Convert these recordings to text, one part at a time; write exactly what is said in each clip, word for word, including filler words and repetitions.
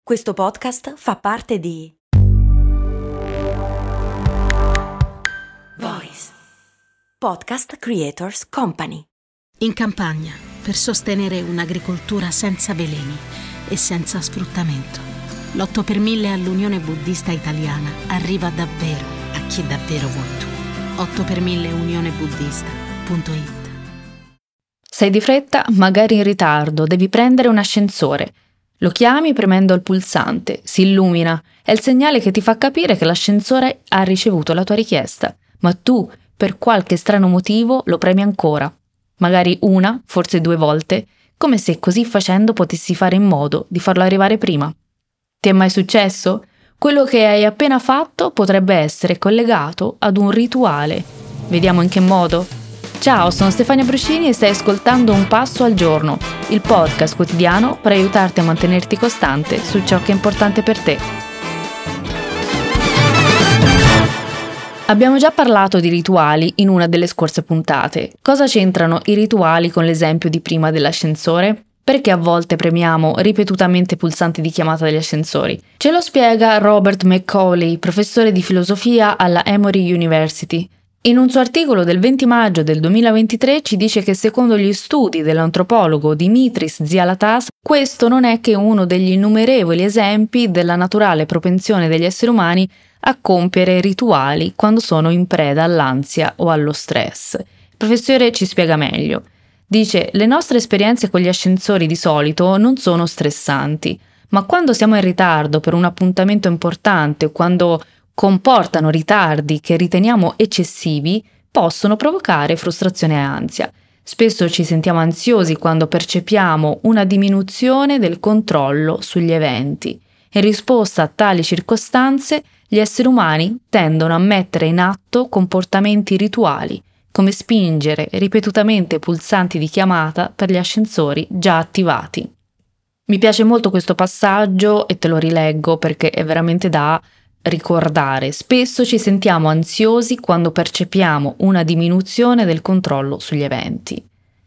Questo podcast fa parte di Voice Podcast Creators Company. In campagna, per sostenere un'agricoltura senza veleni e senza sfruttamento, l'otto per mille all'Unione Buddista Italiana arriva davvero a chi davvero vuoi tu. otto per mille unione buddista punto it. Sei di fretta, magari in ritardo, devi prendere un ascensore. Lo chiami premendo il pulsante, si illumina, è il segnale che ti fa capire che l'ascensore ha ricevuto la tua richiesta, ma tu, per qualche strano motivo, lo premi ancora. Magari una, forse due volte, come se così facendo potessi fare in modo di farlo arrivare prima. Ti è mai successo? Quello che hai appena fatto potrebbe essere collegato ad un rituale. Vediamo in che modo? Ciao, sono Stefania Bruscini e stai ascoltando Un Passo al Giorno, il podcast quotidiano per aiutarti a mantenerti costante su ciò che è importante per te. Abbiamo già parlato di rituali in una delle scorse puntate. Cosa c'entrano i rituali con l'esempio di prima dell'ascensore? Perché a volte premiamo ripetutamente i pulsanti di chiamata degli ascensori? Ce lo spiega Robert McCauley, professore di filosofia alla Emory University. In un suo articolo del venti maggio del duemilaventitré ci dice che secondo gli studi dell'antropologo Dimitris Zialatas, questo non è che uno degli innumerevoli esempi della naturale propensione degli esseri umani a compiere rituali quando sono in preda all'ansia o allo stress. Il professore ci spiega meglio. Dice: le nostre esperienze con gli ascensori di solito non sono stressanti, ma quando siamo in ritardo per un appuntamento importante o quando comportano ritardi che riteniamo eccessivi, possono provocare frustrazione e ansia. Spesso ci sentiamo ansiosi quando percepiamo una diminuzione del controllo sugli eventi. In risposta a tali circostanze, gli esseri umani tendono a mettere in atto comportamenti rituali, come spingere ripetutamente i pulsanti di chiamata per gli ascensori già attivati. Mi piace molto questo passaggio e te lo rileggo perché è veramente da ricordare. Spesso ci sentiamo ansiosi quando percepiamo una diminuzione del controllo sugli eventi.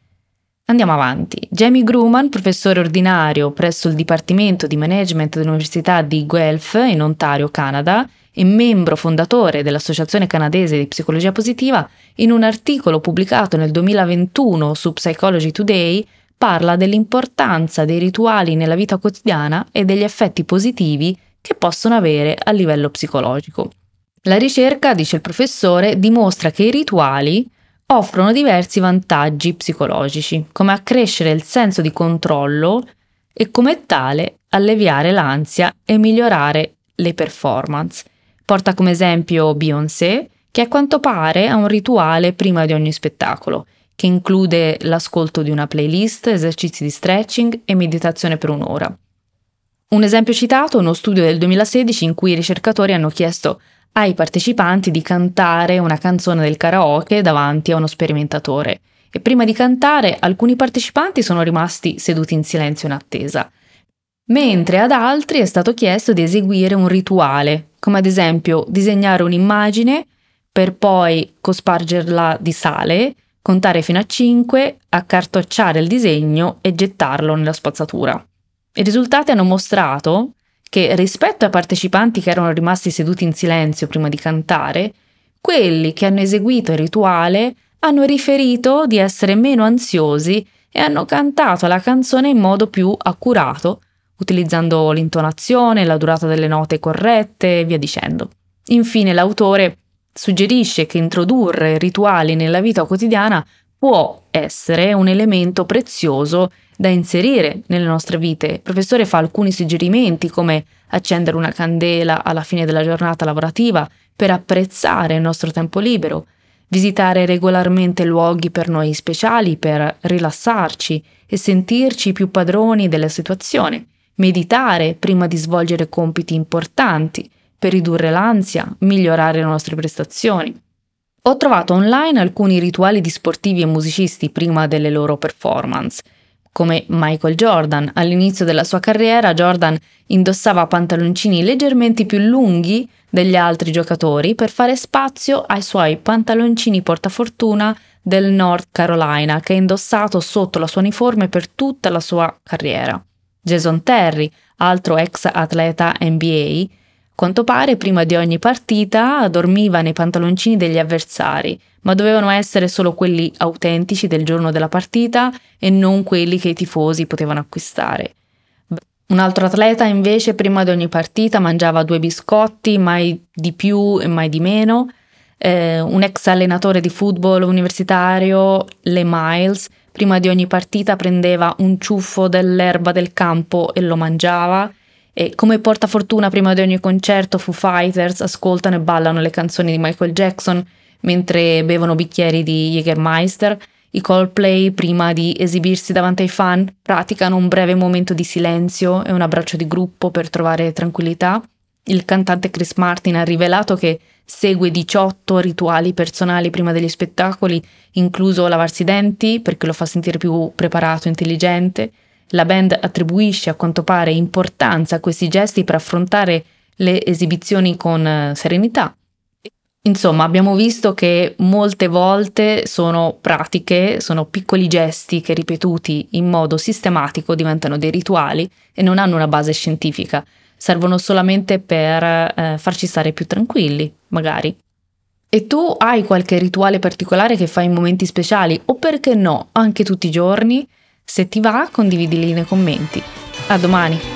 Andiamo avanti. Jamie Grumman, professore ordinario presso il Dipartimento di Management dell'Università di Guelph in Ontario, Canada, e membro fondatore dell'Associazione Canadese di Psicologia Positiva, in un articolo pubblicato nel duemilaventuno su Psychology Today, parla dell'importanza dei rituali nella vita quotidiana e degli effetti positivi che possono avere a livello psicologico. La ricerca, dice il professore, dimostra che i rituali offrono diversi vantaggi psicologici, come accrescere il senso di controllo e come tale alleviare l'ansia e migliorare le performance. Porta come esempio Beyoncé, che a quanto pare ha un rituale prima di ogni spettacolo, che include l'ascolto di una playlist, esercizi di stretching e meditazione per un'ora. Un esempio citato è uno studio del duemilasedici in cui i ricercatori hanno chiesto ai partecipanti di cantare una canzone del karaoke davanti a uno sperimentatore e prima di cantare alcuni partecipanti sono rimasti seduti in silenzio in attesa, mentre ad altri è stato chiesto di eseguire un rituale, come ad esempio disegnare un'immagine per poi cospargerla di sale, contare fino a cinque, accartocciare il disegno e gettarlo nella spazzatura. I risultati hanno mostrato che rispetto ai partecipanti che erano rimasti seduti in silenzio prima di cantare, quelli che hanno eseguito il rituale hanno riferito di essere meno ansiosi e hanno cantato la canzone in modo più accurato, utilizzando l'intonazione, la durata delle note corrette e via dicendo. Infine, l'autore suggerisce che introdurre rituali nella vita quotidiana può essere un elemento prezioso da inserire nelle nostre vite. Il professore fa alcuni suggerimenti come accendere una candela alla fine della giornata lavorativa per apprezzare il nostro tempo libero, visitare regolarmente luoghi per noi speciali per rilassarci e sentirci più padroni della situazione, meditare prima di svolgere compiti importanti per ridurre l'ansia, migliorare le nostre prestazioni. Ho trovato online alcuni rituali di sportivi e musicisti prima delle loro performance, come Michael Jordan. All'inizio della sua carriera Jordan indossava pantaloncini leggermente più lunghi degli altri giocatori per fare spazio ai suoi pantaloncini portafortuna del North Carolina che ha indossato sotto la sua uniforme per tutta la sua carriera. Jason Terry, altro ex atleta N B A, a quanto pare prima di ogni partita dormiva nei pantaloncini degli avversari, ma dovevano essere solo quelli autentici del giorno della partita e non quelli che i tifosi potevano acquistare. Un altro atleta invece prima di ogni partita mangiava due biscotti, mai di più e mai di meno. Eh, un ex allenatore di football universitario, Le Miles, prima di ogni partita prendeva un ciuffo dell'erba del campo e lo mangiava. E come portafortuna prima di ogni concerto Foo Fighters ascoltano e ballano le canzoni di Michael Jackson mentre bevono bicchieri di Jägermeister. I Coldplay, prima di esibirsi davanti ai fan, praticano un breve momento di silenzio e un abbraccio di gruppo per trovare tranquillità. Il cantante Chris Martin ha rivelato che segue diciotto rituali personali prima degli spettacoli, incluso lavarsi i denti perché lo fa sentire più preparato e intelligente. La band attribuisce a quanto pare importanza a questi gesti per affrontare le esibizioni con serenità. Insomma, abbiamo visto che molte volte sono pratiche, sono piccoli gesti che ripetuti in modo sistematico diventano dei rituali e non hanno una base scientifica, servono solamente per eh, farci stare più tranquilli, magari. E tu hai qualche rituale particolare che fai in momenti speciali o perché no, anche tutti i giorni? Se ti va, condividili nei commenti. A domani!